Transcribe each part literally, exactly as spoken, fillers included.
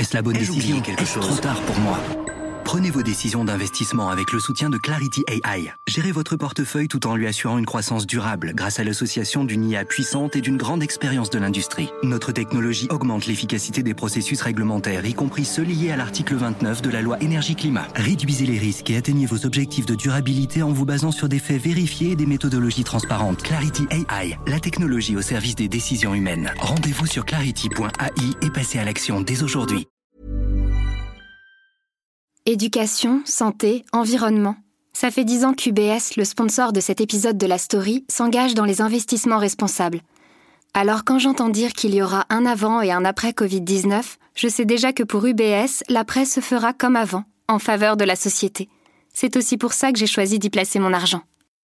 Est-ce la bonne Ai-je décision? oublié quelque Est-ce chose? trop tard pour moi? Prenez vos décisions d'investissement avec le soutien de Clarity A I. Gérez votre portefeuille tout en lui assurant une croissance durable grâce à l'association d'une I A puissante et d'une grande expérience de l'industrie. Notre technologie augmente l'efficacité des processus réglementaires, y compris ceux liés à l'article vingt-neuf de la loi énergie-climat. Réduisez les risques et atteignez vos objectifs de durabilité en vous basant sur des faits vérifiés et des méthodologies transparentes. Clarity A I, la technologie au service des décisions humaines. Rendez-vous sur clarity point A I et passez à l'action dès aujourd'hui. Éducation, santé, environnement. Ça fait dix ans qu'U B S, le sponsor de cet épisode de la story, s'engage dans les investissements responsables. Alors quand j'entends dire qu'il y aura un avant et un après covid dix-neuf, je sais déjà que pour U B S, l'après se fera comme avant, en faveur de la société. C'est aussi pour ça que j'ai choisi d'y placer mon argent.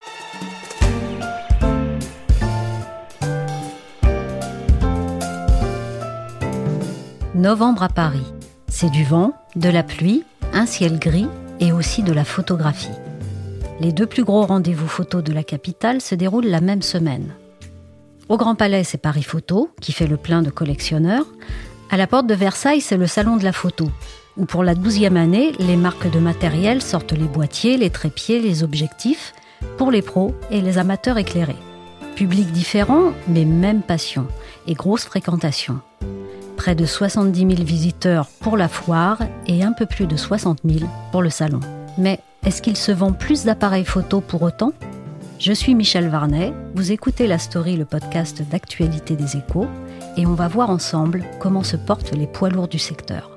Novembre à Paris. C'est du vent, de la pluie, un ciel gris et aussi de la photographie. Les deux plus gros rendez-vous photos de la capitale se déroulent la même semaine. Au Grand Palais, c'est Paris Photo, qui fait le plein de collectionneurs. À la porte de Versailles, c'est le Salon de la Photo, où pour la douzième année, les marques de matériel sortent les boîtiers, les trépieds, les objectifs, pour les pros et les amateurs éclairés. Public différent, mais même passion, et grosse fréquentation. Près de soixante-dix mille visiteurs pour la foire et un peu plus de soixante mille pour le salon. Mais est-ce qu'il se vend plus d'appareils photo pour autant ? Je suis Michel Varnet, vous écoutez La Story, le podcast d'actualité des Échos, et on va voir ensemble comment se portent les poids lourds du secteur.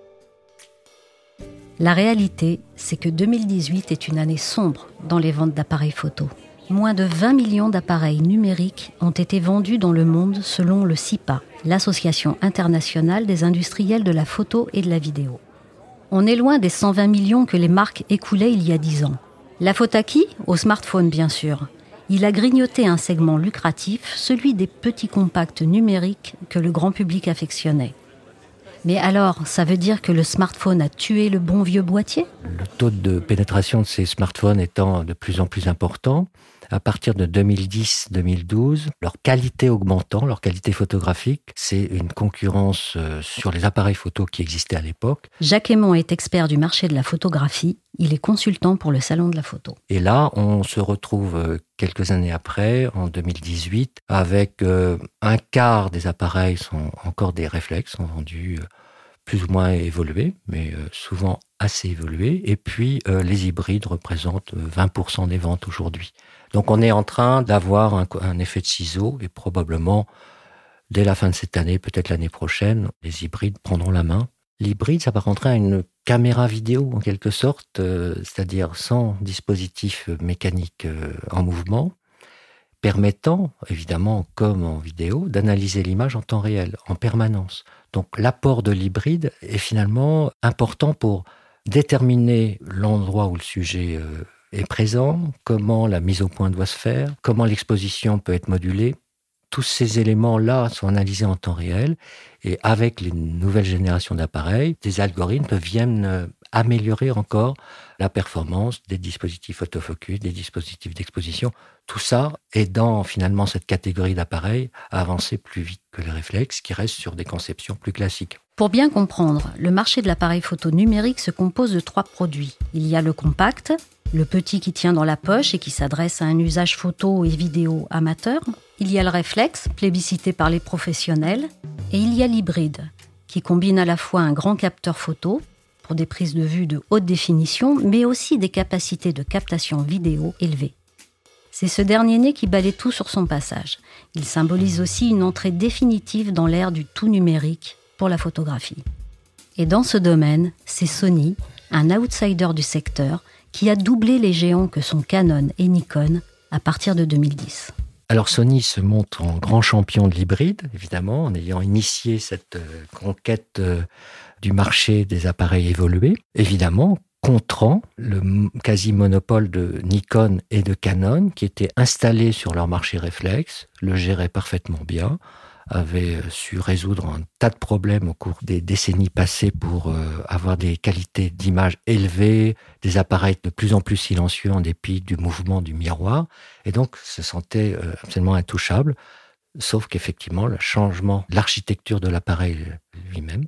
La réalité, c'est que deux mille dix-huit est une année sombre dans les ventes d'appareils photo. Moins de vingt millions d'appareils numériques ont été vendus dans le monde selon le C I P A, l'Association internationale des industriels de la photo et de la vidéo. On est loin des cent vingt millions que les marques écoulaient il y a dix ans. La faute à qui ? Au smartphone, bien sûr. Il a grignoté un segment lucratif, celui des petits compacts numériques que le grand public affectionnait. Mais alors, ça veut dire que le smartphone a tué le bon vieux boîtier ? Le taux de pénétration de ces smartphones étant de plus en plus important, à partir de deux mille dix deux mille douze, leur qualité augmentant, leur qualité photographique, c'est une concurrence sur les appareils photo qui existaient à l'époque. Jacques Hémon est expert du marché de la photographie. Il est consultant pour le Salon de la Photo. Et là, on se retrouve quelques années après, en deux mille dix-huit, avec euh, un quart des appareils sont encore des réflexes, sont vendus euh, plus ou moins évolués, mais euh, souvent assez évolués. Et puis, euh, les hybrides représentent vingt pour cent des ventes aujourd'hui. Donc, on est en train d'avoir un, un effet de ciseau et probablement, dès la fin de cette année, peut-être l'année prochaine, les hybrides prendront la main. L'hybride s'apparenterait à une caméra vidéo, en quelque sorte, euh, c'est-à-dire sans dispositif mécanique euh, en mouvement, permettant, évidemment, comme en vidéo, d'analyser l'image en temps réel, en permanence. Donc, l'apport de l'hybride est finalement important pour déterminer l'endroit où le sujet euh, est présent, comment la mise au point doit se faire, comment l'exposition peut être modulée. Tous ces éléments-là sont analysés en temps réel et avec les nouvelles générations d'appareils, des algorithmes viennent améliorer encore la performance des dispositifs autofocus, des dispositifs d'exposition. Tout ça aidant finalement cette catégorie d'appareils à avancer plus vite que les réflexes qui restent sur des conceptions plus classiques. Pour bien comprendre, le marché de l'appareil photo numérique se compose de trois produits. Il y a le compact, le petit qui tient dans la poche et qui s'adresse à un usage photo et vidéo amateur. Il y a le réflexe, plébiscité par les professionnels. Et il y a l'hybride, qui combine à la fois un grand capteur photo, pour des prises de vue de haute définition, mais aussi des capacités de captation vidéo élevées. C'est ce dernier né qui balaie tout sur son passage. Il symbolise aussi une entrée définitive dans l'ère du tout numérique pour la photographie. Et dans ce domaine, c'est Sony, un outsider du secteur, qui a doublé les géants que sont Canon et Nikon à partir de deux mille dix. Alors Sony se montre en grand champion de l'hybride, évidemment, en ayant initié cette euh, conquête euh, du marché des appareils évolués, évidemment, contrant le quasi-monopole de Nikon et de Canon, qui étaient installés sur leur marché réflexe, le géraient parfaitement bien, avaient su résoudre un tas de problèmes au cours des décennies passées pour euh, avoir des qualités d'image élevées, des appareils de plus en plus silencieux en dépit du mouvement du miroir, et donc se sentaient euh, absolument intouchables, sauf qu'effectivement, le changement de l'architecture de l'appareil lui-même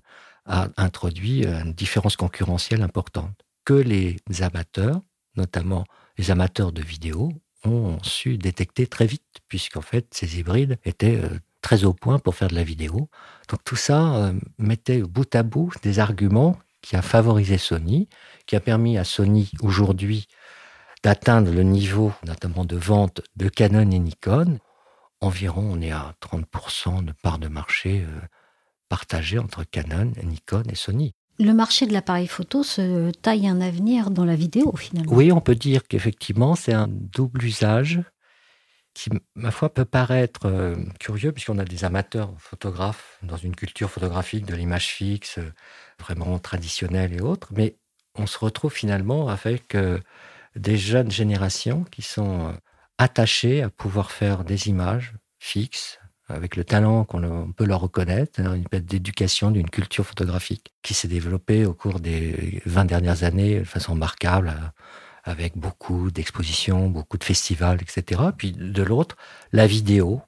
a introduit une différence concurrentielle importante que les amateurs, notamment les amateurs de vidéo, ont su détecter très vite, puisqu'en fait, ces hybrides étaient très au point pour faire de la vidéo. Donc tout ça euh, mettait bout à bout des arguments qui a favorisé Sony, qui a permis à Sony aujourd'hui d'atteindre le niveau notamment de vente de Canon et Nikon. Environ, on est à trente pour cent de part de marché euh, partagée entre Canon, Nikon et Sony. Le marché de l'appareil photo se taille un avenir dans la vidéo, finalement. Oui, on peut dire qu'effectivement, c'est un double usage qui, ma foi, peut paraître euh, curieux, puisqu'on a des amateurs photographes dans une culture photographique de l'image fixe, euh, vraiment traditionnelle et autres, mais on se retrouve finalement avec euh, des jeunes générations qui sont euh, attachées à pouvoir faire des images fixes, avec le talent qu'on on peut leur reconnaître, hein, une espèce d'éducation d'une culture photographique qui s'est développée au cours des vingt dernières années de façon remarquable, avec beaucoup d'expositions, beaucoup de festivals, et cetera. Puis de l'autre, la vidéo,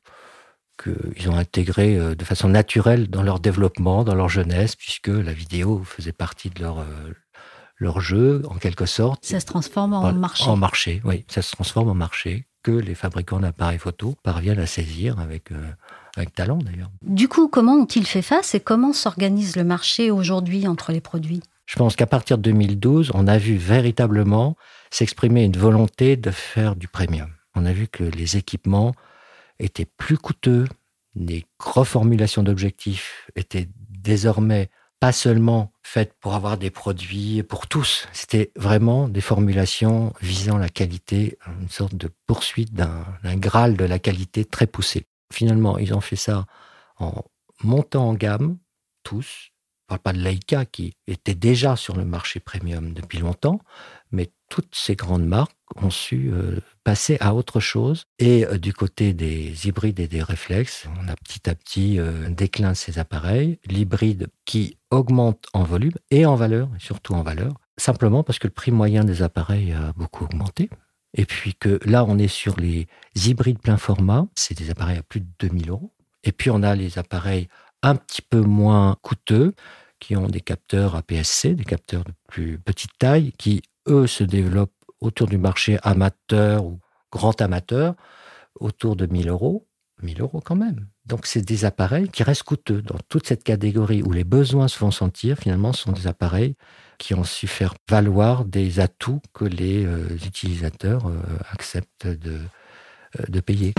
qu'ils ont intégrée de façon naturelle dans leur développement, dans leur jeunesse, puisque la vidéo faisait partie de leur, leur jeu, en quelque sorte. Ça se transforme en marché. En marché, oui. Ça se transforme en marché, que les fabricants d'appareils photo parviennent à saisir avec, euh, avec talent, d'ailleurs. Du coup, comment ont-ils fait face et comment s'organise le marché aujourd'hui entre les produits ? Je pense qu'à partir de deux mille douze, on a vu véritablement s'exprimer une volonté de faire du premium. On a vu que les équipements étaient plus coûteux, les reformulations d'objectifs étaient désormais pas seulement faites pour avoir des produits pour tous, c'était vraiment des formulations visant la qualité, une sorte de poursuite d'un, d'un graal de la qualité très poussé. Finalement, ils ont fait ça en montant en gamme, tous. Je ne parle pas de Leica qui était déjà sur le marché premium depuis longtemps, mais toutes ces grandes marques ont su euh, passer à autre chose. Et euh, du côté des hybrides et des réflexes, on a petit à petit euh, un déclin de ces appareils. L'hybride qui augmente en volume et en valeur, et surtout en valeur, simplement parce que le prix moyen des appareils a beaucoup augmenté. Et puis que là, on est sur les hybrides plein format, c'est des appareils à plus de deux mille euros. Et puis on a les appareils un petit peu moins coûteux, qui ont des capteurs A P S C, des capteurs de plus petite taille, qui, eux, se développent autour du marché amateur ou grand amateur, autour de mille euros. mille euros quand même. Donc, c'est des appareils qui restent coûteux. Dans toute cette catégorie où les besoins se font sentir, finalement, ce sont des appareils qui ont su faire valoir des atouts que les euh, utilisateurs euh, acceptent de, euh, de payer.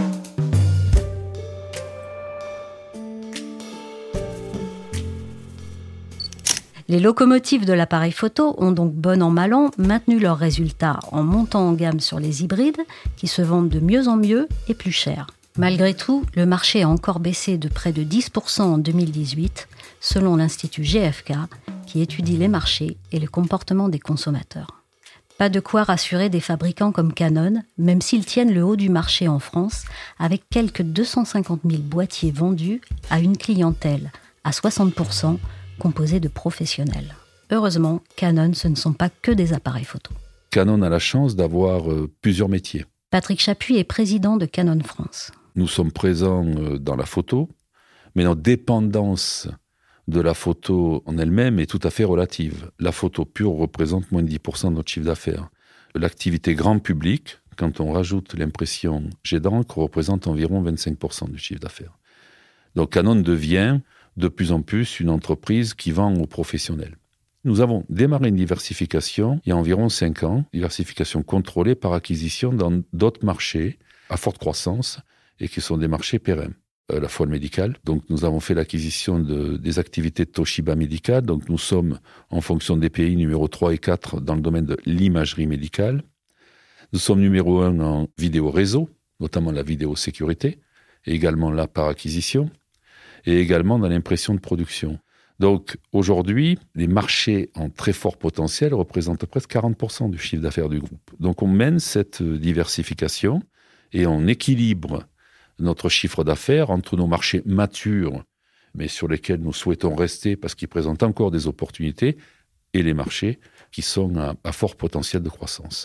Les locomotives de l'appareil photo ont donc bon an mal an maintenu leurs résultats en montant en gamme sur les hybrides qui se vendent de mieux en mieux et plus cher. Malgré tout, le marché a encore baissé de près de dix pour cent en deux mille dix-huit, selon l'Institut G F K, qui étudie les marchés et le comportement des consommateurs. Pas de quoi rassurer des fabricants comme Canon, même s'ils tiennent le haut du marché en France, avec quelques deux cent cinquante mille boîtiers vendus à une clientèle à soixante pour cent composée de professionnels. Heureusement, Canon, ce ne sont pas que des appareils photo. Canon a la chance d'avoir euh, plusieurs métiers. Patrick Chapuis est président de Canon France. Nous sommes présents euh, dans la photo, mais notre dépendance de la photo en elle-même est tout à fait relative. La photo pure représente moins de dix pour cent de notre chiffre d'affaires. L'activité grand public, quand on rajoute l'impression jet d'encre, représente environ vingt-cinq pour cent du chiffre d'affaires. Donc Canon devient de plus en plus une entreprise qui vend aux professionnels. Nous avons démarré une diversification il y a environ cinq ans, diversification contrôlée par acquisition dans d'autres marchés à forte croissance et qui sont des marchés pérennes. Euh, la fois le médical, donc nous avons fait l'acquisition de, des activités de Toshiba Medical, donc nous sommes en fonction des pays numéro trois et quatre dans le domaine de l'imagerie médicale. Nous sommes numéro un en vidéo réseau, notamment la vidéo sécurité, et également là par acquisition, et également dans l'impression de production. Donc aujourd'hui, les marchés en très fort potentiel représentent presque quarante pour cent du chiffre d'affaires du groupe. Donc on mène cette diversification et on équilibre notre chiffre d'affaires entre nos marchés matures, mais sur lesquels nous souhaitons rester parce qu'ils présentent encore des opportunités, et les marchés qui sont à, à fort potentiel de croissance.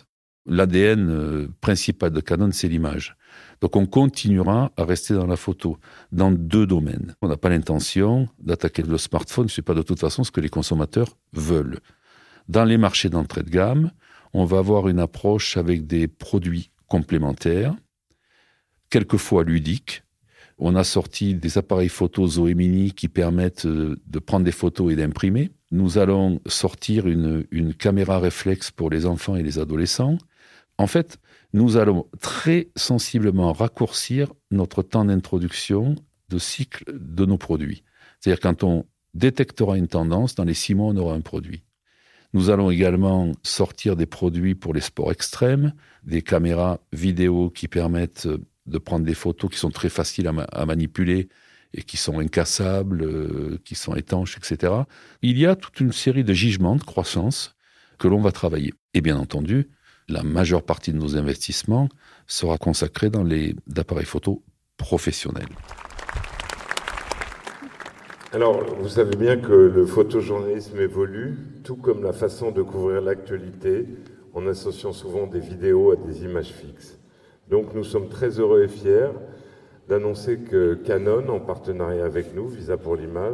l'A D N principal de Canon, c'est l'image. Donc on continuera à rester dans la photo, dans deux domaines. On n'a pas l'intention d'attaquer le smartphone, ce n'est pas de toute façon ce que les consommateurs veulent. Dans les marchés d'entrée de gamme, on va avoir une approche avec des produits complémentaires, quelquefois ludiques. On a sorti des appareils photo Zoé Mini qui permettent de prendre des photos et d'imprimer. Nous allons sortir une, une caméra réflexe pour les enfants et les adolescents. En fait, nous allons très sensiblement raccourcir notre temps d'introduction de cycle de nos produits. C'est-à-dire quand on détectera une tendance, dans les six mois, on aura un produit. Nous allons également sortir des produits pour les sports extrêmes, des caméras vidéo qui permettent de prendre des photos qui sont très faciles à, ma- à manipuler et qui sont incassables, euh, qui sont étanches, et cetera. Il y a toute une série de gisements de croissance que l'on va travailler. Et bien entendu, la majeure partie de nos investissements sera consacrée dans les appareils photo professionnels. Alors, vous savez bien que le photojournalisme évolue, tout comme la façon de couvrir l'actualité, en associant souvent des vidéos à des images fixes. Donc, nous sommes très heureux et fiers d'annoncer que Canon, en partenariat avec nous, Visa pour l'image,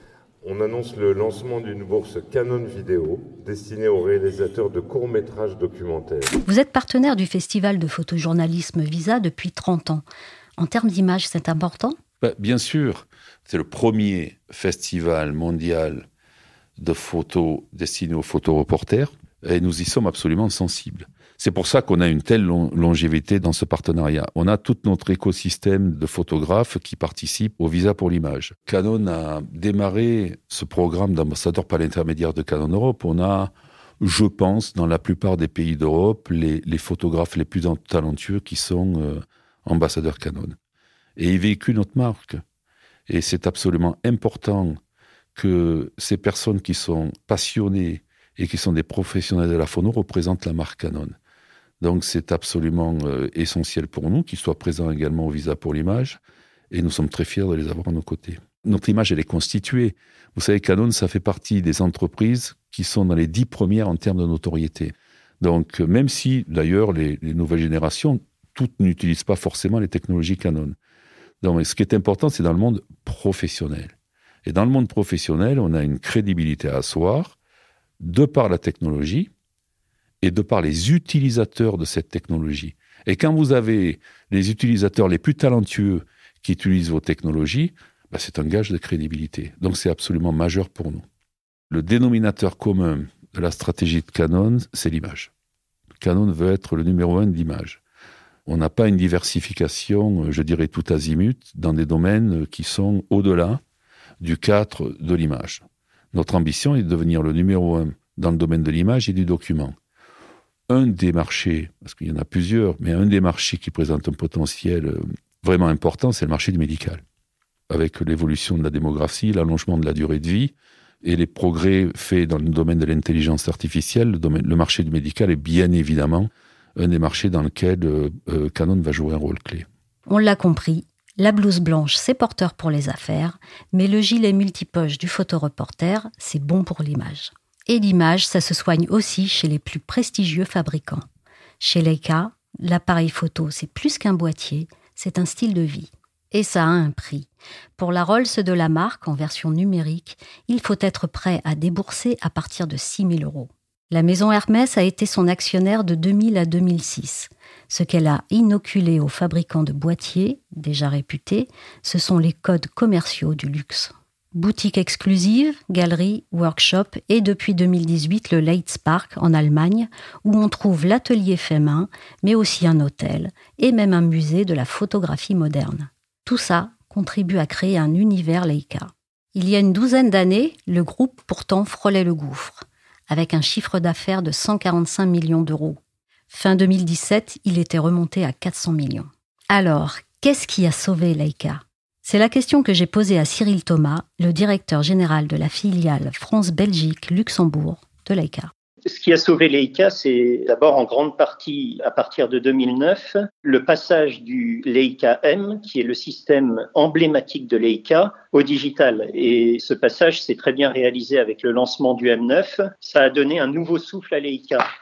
on annonce le lancement d'une bourse Canon Vidéo destinée aux réalisateurs de courts-métrages documentaires. Vous êtes partenaire du festival de photojournalisme Visa depuis trente ans. En termes d'image, c'est important ? Ben, bien sûr, c'est le premier festival mondial de photos destiné aux photoreporters et nous y sommes absolument sensibles. C'est pour ça qu'on a une telle longévité dans ce partenariat. On a tout notre écosystème de photographes qui participent au Visa pour l'image. Canon a démarré ce programme d'ambassadeur par l'intermédiaire de Canon Europe. On a, je pense, dans la plupart des pays d'Europe, les, les photographes les plus talentueux qui sont euh, ambassadeurs Canon. Et ils véhiculent notre marque. Et c'est absolument important que ces personnes qui sont passionnées et qui sont des professionnels de la photo représentent la marque Canon. Donc c'est absolument euh, essentiel pour nous qu'ils soient présents également au Visa pour l'image et nous sommes très fiers de les avoir à nos côtés. Notre image, elle est constituée. Vous savez, Canon, ça fait partie des entreprises qui sont dans les dix premières en termes de notoriété. Donc même si, d'ailleurs, les, les nouvelles générations, toutes n'utilisent pas forcément les technologies Canon. Donc ce qui est important, c'est dans le monde professionnel. Et dans le monde professionnel, on a une crédibilité à asseoir de par la technologie, et de par les utilisateurs de cette technologie. Et quand vous avez les utilisateurs les plus talentueux qui utilisent vos technologies, bah c'est un gage de crédibilité. Donc c'est absolument majeur pour nous. Le dénominateur commun de la stratégie de Canon, c'est l'image. Canon veut être le numéro un de l'image. On n'a pas une diversification, je dirais, tout azimut, dans des domaines qui sont au-delà du cadre de l'image. Notre ambition est de devenir le numéro un dans le domaine de l'image et du document. Un des marchés, parce qu'il y en a plusieurs, mais un des marchés qui présente un potentiel vraiment important, c'est le marché du médical. Avec l'évolution de la démographie, l'allongement de la durée de vie et les progrès faits dans le domaine de l'intelligence artificielle, le, domaine, le marché du médical est bien évidemment un des marchés dans lequel euh, Canon va jouer un rôle clé. On l'a compris, la blouse blanche, c'est porteur pour les affaires, mais le gilet multipoche du photoreporter, c'est bon pour l'image. Et l'image, ça se soigne aussi chez les plus prestigieux fabricants. Chez Leica, l'appareil photo, c'est plus qu'un boîtier, c'est un style de vie. Et ça a un prix. Pour la Rolls de la marque, en version numérique, il faut être prêt à débourser à partir de six mille euros. La maison Hermès a été son actionnaire de deux mille à deux mille six. Ce qu'elle a inoculé aux fabricants de boîtiers, déjà réputés, ce sont les codes commerciaux du luxe. Boutique exclusive, galerie, workshop et depuis deux mille dix-huit le Leitzpark en Allemagne où on trouve l'atelier fait main, mais aussi un hôtel et même un musée de la photographie moderne. Tout ça contribue à créer un univers Leica. Il y a une douzaine d'années, le groupe pourtant frôlait le gouffre, avec un chiffre d'affaires de cent quarante-cinq millions d'euros. Fin deux mille dix-sept, il était remonté à quatre cents millions. Alors, qu'est-ce qui a sauvé Leica ? C'est la question que j'ai posée à Cyril Thomas, le directeur général de la filiale France-Belgique-Luxembourg de Leica. Ce qui a sauvé Leica, c'est d'abord en grande partie, à partir de deux mille neuf, le passage du Leica M, qui est le système emblématique de Leica, au digital. Et ce passage s'est très bien réalisé avec le lancement du M neuf. Ça a donné un nouveau souffle à Leica.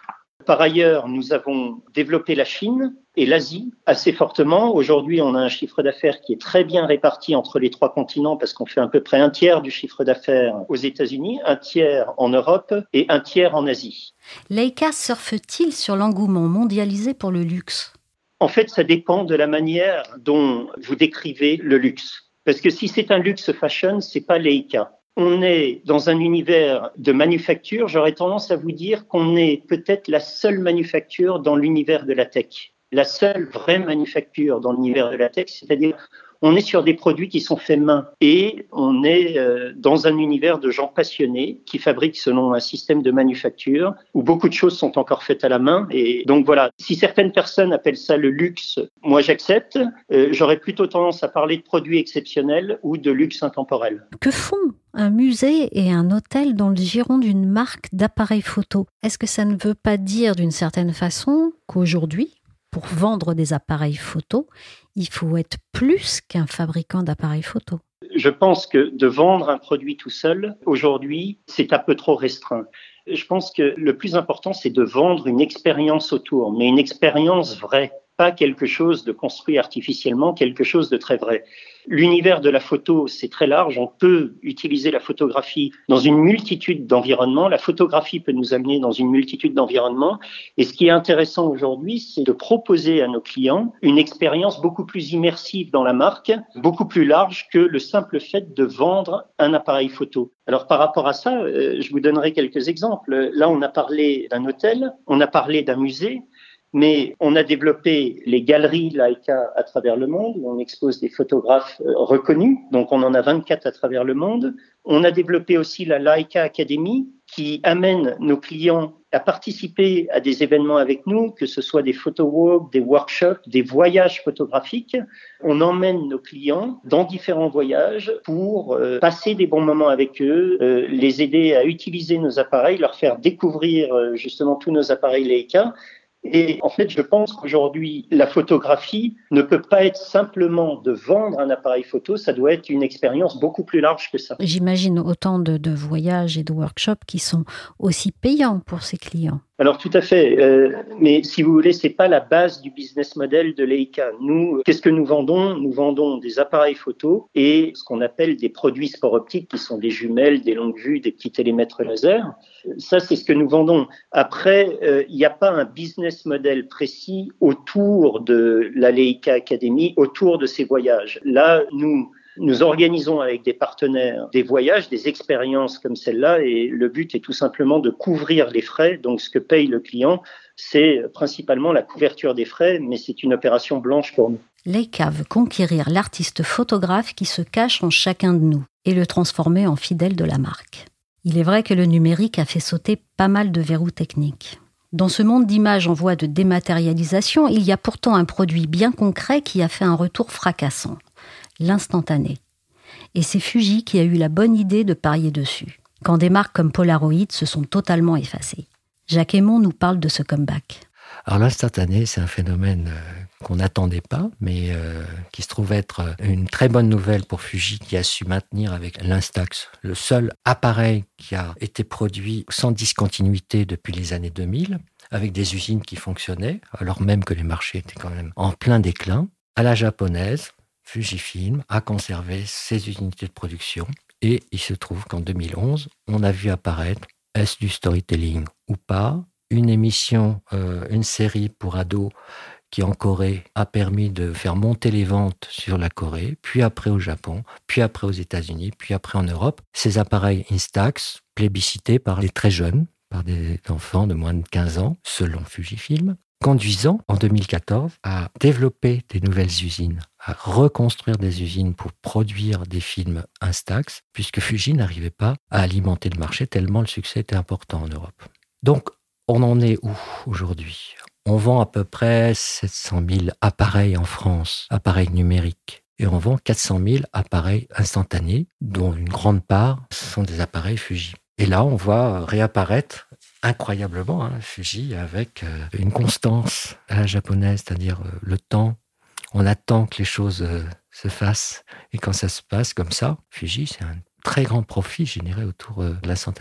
par ailleurs, nous avons développé la Chine et l'Asie assez fortement. Aujourd'hui, on a un chiffre d'affaires qui est très bien réparti entre les trois continents parce qu'on fait à peu près un tiers du chiffre d'affaires aux États-Unis, un tiers en Europe et un tiers en Asie. Leica surfe-t-il sur l'engouement mondialisé pour le luxe ? En fait, ça dépend de la manière dont vous décrivez le luxe. Parce que si c'est un luxe fashion, c'est pas Leica. On est dans un univers de manufacture. J'aurais tendance à vous dire qu'on est peut-être la seule manufacture dans l'univers de la tech. La seule vraie manufacture dans l'univers de la tech, c'est-à-dire on est sur des produits qui sont faits main et on est euh, dans un univers de gens passionnés qui fabriquent selon un système de manufacture où beaucoup de choses sont encore faites à la main. Et donc voilà, si certaines personnes appellent ça le luxe, moi j'accepte. Euh, j'aurais plutôt tendance à parler de produits exceptionnels ou de luxe intemporel. Que font un musée et un hôtel dans le giron d'une marque d'appareils photo ? Est-ce que ça ne veut pas dire d'une certaine façon qu'aujourd'hui, pour vendre des appareils photo, il faut être plus qu'un fabricant d'appareils photo? Je pense que de vendre un produit tout seul, aujourd'hui, c'est un peu trop restreint. Je pense que le plus important, c'est de vendre une expérience autour, mais une expérience vraie, pas quelque chose de construit artificiellement, quelque chose de très vrai. L'univers de la photo, c'est très large. On peut utiliser la photographie dans une multitude d'environnements. La photographie peut nous amener dans une multitude d'environnements. Et ce qui est intéressant aujourd'hui, c'est de proposer à nos clients une expérience beaucoup plus immersive dans la marque, beaucoup plus large que le simple fait de vendre un appareil photo. Alors par rapport à ça, euh, je vous donnerai quelques exemples. Là, on a parlé d'un hôtel, on a parlé d'un musée. Mais on a développé les galeries Leica à travers le monde, où on expose des photographes reconnus, donc on en a vingt-quatre à travers le monde. On a développé aussi la Leica Academy, qui amène nos clients à participer à des événements avec nous, que ce soit des photo walks, des workshops, des voyages photographiques. On emmène nos clients dans différents voyages pour euh, passer des bons moments avec eux, euh, les aider à utiliser nos appareils, leur faire découvrir euh, justement tous nos appareils Leica. Et en fait, je pense qu'aujourd'hui, la photographie ne peut pas être simplement de vendre un appareil photo, ça doit être une expérience beaucoup plus large que ça. J'imagine autant de, de voyages et de workshops qui sont aussi payants pour ces clients. Alors tout à fait, euh, mais si vous voulez, c'est pas la base du business model de Leica. Nous, qu'est-ce que nous vendons ? Nous vendons des appareils photo et ce qu'on appelle des produits sport optique, qui sont des jumelles, des longues vues, des petits télémètres laser. Ça, c'est ce que nous vendons. Après, il euh, n'y a pas un business model précis autour de la Leica Academy, autour de ces voyages. Là, nous Nous organisons avec des partenaires des voyages, des expériences comme celle-là, et le but est tout simplement de couvrir les frais. Donc, ce que paye le client, c'est principalement la couverture des frais, mais c'est une opération blanche pour nous. Leica veut conquérir l'artiste photographe qui se cache en chacun de nous et le transformer en fidèle de la marque. Il est vrai que le numérique a fait sauter pas mal de verrous techniques. Dans ce monde d'images en voie de dématérialisation, il y a pourtant un produit bien concret qui a fait un retour fracassant. L'instantané. Et c'est Fuji qui a eu la bonne idée de parier dessus, quand des marques comme Polaroid se sont totalement effacées. Jacques Hémon nous parle de ce comeback. Alors l'instantané, c'est un phénomène euh, qu'on n'attendait pas, mais euh, qui se trouve être une très bonne nouvelle pour Fuji, qui a su maintenir avec l'Instax, le seul appareil qui a été produit sans discontinuité depuis les années deux mille, avec des usines qui fonctionnaient, alors même que les marchés étaient quand même en plein déclin, à la japonaise. Fujifilm a conservé ses unités de production et il se trouve qu'en deux mille onze, on a vu apparaître, est-ce du storytelling ou pas, une émission, euh, une série pour ados qui en Corée a permis de faire monter les ventes sur la Corée, puis après au Japon, puis après aux États-Unis, puis après en Europe. Ces appareils Instax, plébiscités par les très jeunes, par des enfants de moins de quinze ans, selon Fujifilm, conduisant en deux mille quatorze à développer des nouvelles usines, à reconstruire des usines pour produire des films Instax, puisque Fuji n'arrivait pas à alimenter le marché tellement le succès était important en Europe. Donc, on en est où aujourd'hui ? On vend à peu près sept cent mille appareils en France, appareils numériques, et on vend quatre cent mille appareils instantanés, dont une grande part sont des appareils Fuji. Et là, on voit réapparaître incroyablement, hein, Fuji, avec euh, une constance à la japonaise, c'est-à-dire euh, le temps. On attend que les choses euh, se fassent. Et quand ça se passe comme ça, Fuji, c'est un très grand profit généré autour euh, de l'instantané.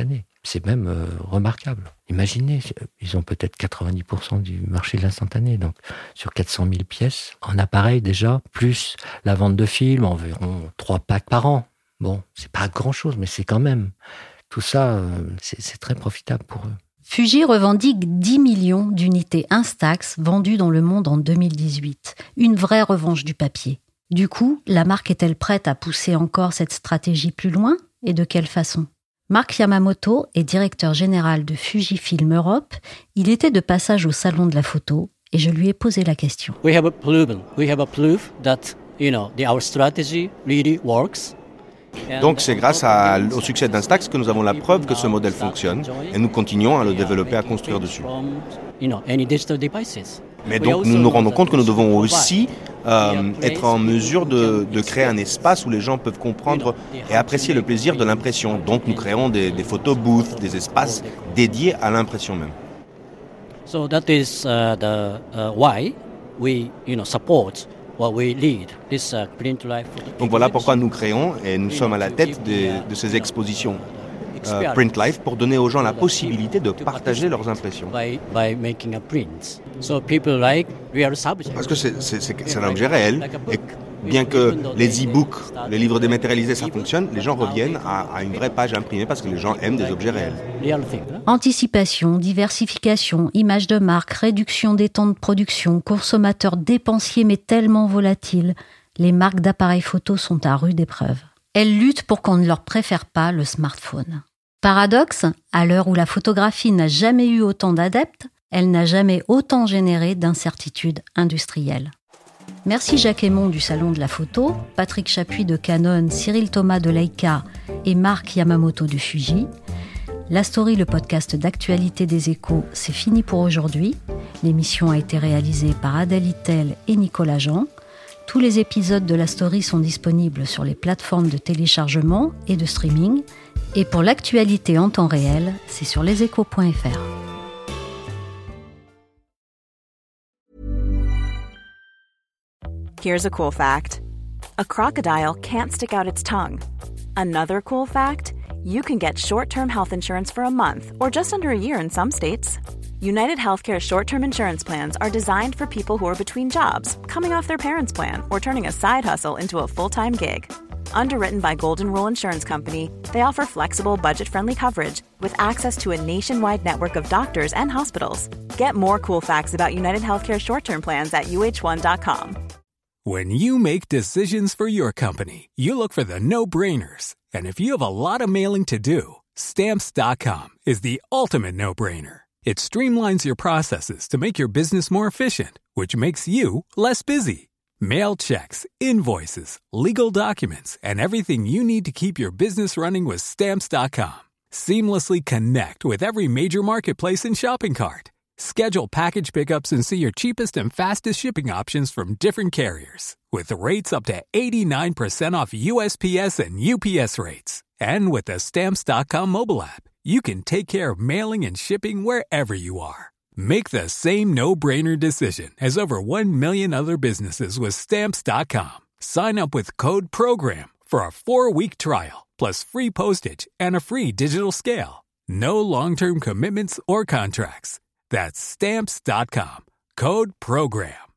c'est même euh, remarquable. Imaginez, ils ont peut-être quatre-vingt-dix pour cent du marché de l'instantané, donc sur quatre cent mille pièces en appareil déjà, plus la vente de films, environ trois packs par an. Bon, c'est pas grand-chose, mais c'est quand même... Tout ça, euh, c'est, c'est très profitable pour eux. Fuji revendique dix millions d'unités Instax vendues dans le monde en deux mille dix-huit. Une vraie revanche du papier. Du coup, la marque est-elle prête à pousser encore cette stratégie plus loin ? Et de quelle façon ? Mark Yamamoto est directeur général de Fujifilm Europe. Il était de passage au salon de la photo et je lui ai posé la question. We have a proof, we have a proof that, you know, the, our strategy really works. Donc c'est grâce à, au succès d'Instax que nous avons la preuve que ce modèle fonctionne et nous continuons à le développer, à construire dessus. Mais donc nous nous rendons compte que nous devons aussi euh, être en mesure de, de créer un espace où les gens peuvent comprendre et apprécier le plaisir de l'impression. Donc nous créons des, des photo booths, des espaces dédiés à l'impression même. So that is uh, the uh, why we, you know, support. Donc voilà pourquoi nous créons et nous sommes à la tête de, de ces expositions euh, Print Life pour donner aux gens la possibilité de partager leurs impressions. Parce que c'est, c'est, c'est, c'est un objet réel et bien que les e-books, les livres dématérialisés, ça fonctionne, les gens reviennent à, à une vraie page imprimée parce que les gens aiment des objets réels. Anticipation, diversification, image de marque, réduction des temps de production, consommateurs dépensiers mais tellement volatiles, les marques d'appareils photo sont à rude épreuve. Elles luttent pour qu'on ne leur préfère pas le smartphone. Paradoxe, à l'heure où la photographie n'a jamais eu autant d'adeptes, elle n'a jamais autant généré d'incertitudes industrielles. Merci Jacques Aymon du Salon de la Photo, Patrick Chapuis de Canon, Cyril Thomas de Leica et Mark Yamamoto de Fuji. La Story, le podcast d'actualité des Échos, c'est fini pour aujourd'hui. L'émission a été réalisée par Adèle Itel et Nicolas Jean. Tous les épisodes de La Story sont disponibles sur les plateformes de téléchargement et de streaming. Et pour l'actualité en temps réel, c'est sur leséchos point f r. Here's a cool fact. A crocodile can't stick out its tongue. Another cool fact, you can get short-term health insurance for a month or just under a year in some states. United Healthcare short-term insurance plans are designed for people who are between jobs, coming off their parents' plan, or turning a side hustle into a full-time gig. Underwritten by Golden Rule Insurance Company, they offer flexible, budget-friendly coverage with access to a nationwide network of doctors and hospitals. Get more cool facts about United Healthcare short-term plans at U H one dot com. When you make decisions for your company, you look for the no-brainers. And if you have a lot of mailing to do, Stamps dot com is the ultimate no-brainer. It streamlines your processes to make your business more efficient, which makes you less busy. Mail checks, invoices, legal documents, and everything you need to keep your business running with Stamps dot com. Seamlessly connect with every major marketplace and shopping cart. Schedule package pickups and see your cheapest and fastest shipping options from different carriers. With rates up to eighty-nine percent off U S P S and U P S rates. And with the Stamps dot com mobile app, you can take care of mailing and shipping wherever you are. Make the same no-brainer decision as over one million other businesses with Stamps dot com. Sign up with code PROGRAM for a four-week trial, plus free postage and a free digital scale. No long-term commitments or contracts. That's Stamps dot com. Code PROGRAM.